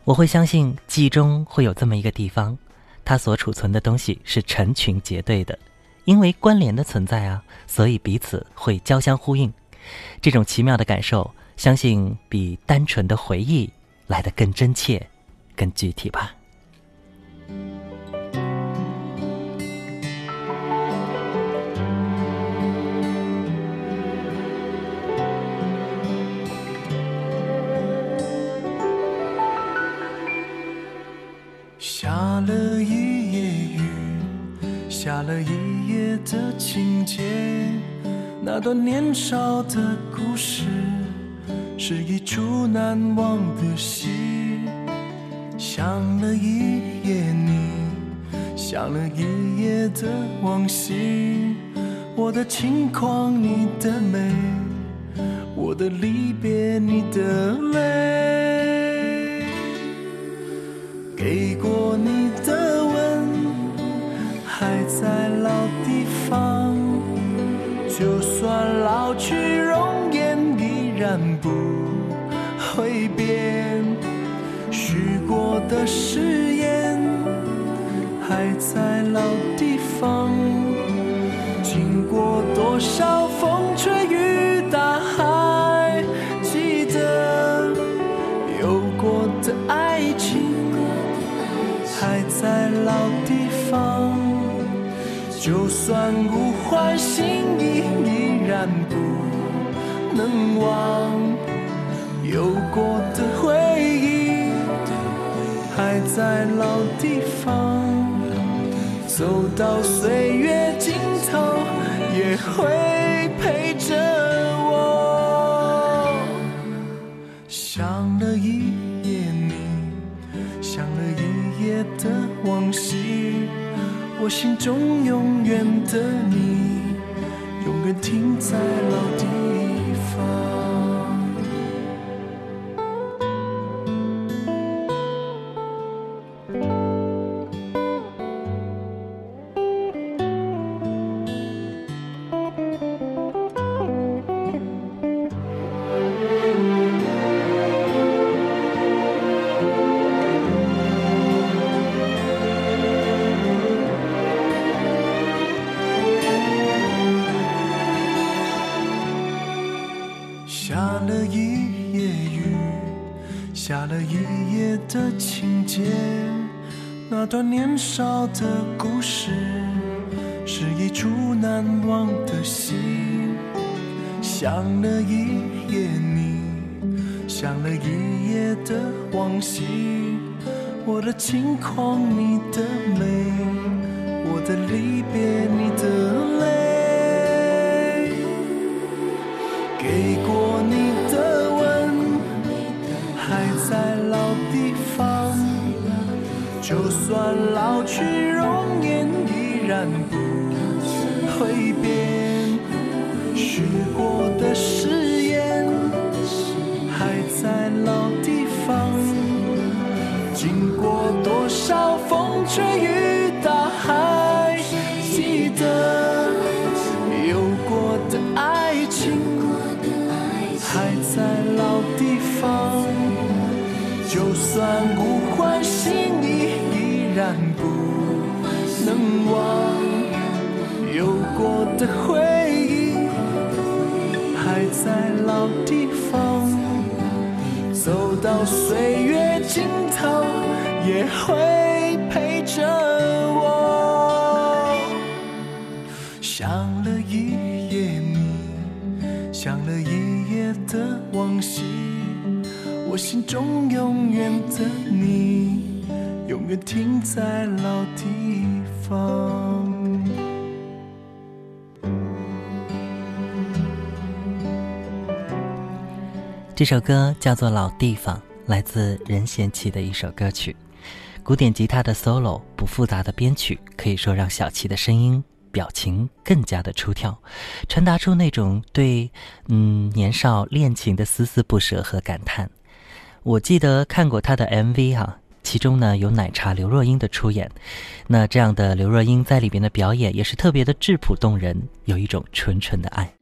我会相信记忆中会有这么一个地方，它所储存的东西是成群结队的，因为关联的存在啊，所以彼此会交相呼应。这种奇妙的感受，相信比单纯的回忆来得更真切更具体吧。 下了一夜雨，下了一夜的情节，那段年少的故事是一出难忘的戏。想了一夜你，想了一夜的往昔，我的轻狂你的美，我的离别你的泪，给过你的吻还在老地方，就算老去容颜依然不会变，许过的誓言还在老地方，经过多少风吹雨打还记得，有过的爱情还在老地方，就算物换星移依然不能忘，有过的回忆还在老地方，走到岁月尽头也会陪着我。想了一夜你，想了一夜的往昔，我心中永远的你，永远停在老地方。下了一夜雨，下了一夜的情节，那段年少的故事是一出难忘的戏。想了一夜你，想了一夜的往昔，我的轻狂你的美，我的离别你的泪，给过你的吻还在老地方，就算老去容颜依然不会变，许过的誓言还在老地方，经过多少风吹雨打还记得，有过的爱情还在老地方，就算物换星移依然不能忘，有过的回忆还在老地方，走到岁月尽头也会陪着我。想了一夜你，想了一夜的往昔，我心中永远的你，永远停在老地方。 这首歌叫做《老地方》，来自任贤齐的一首歌曲。古典吉他的 solo， 不复杂的编曲，可以说让小齐的声音表情更加的出挑，传达出那种对年少恋情的丝丝不舍和感叹。我记得看过他的 MV 啊，其中呢有奶茶刘若英的出演，那这样的刘若英在里边的表演也是特别的质朴动人，有一种纯纯的爱。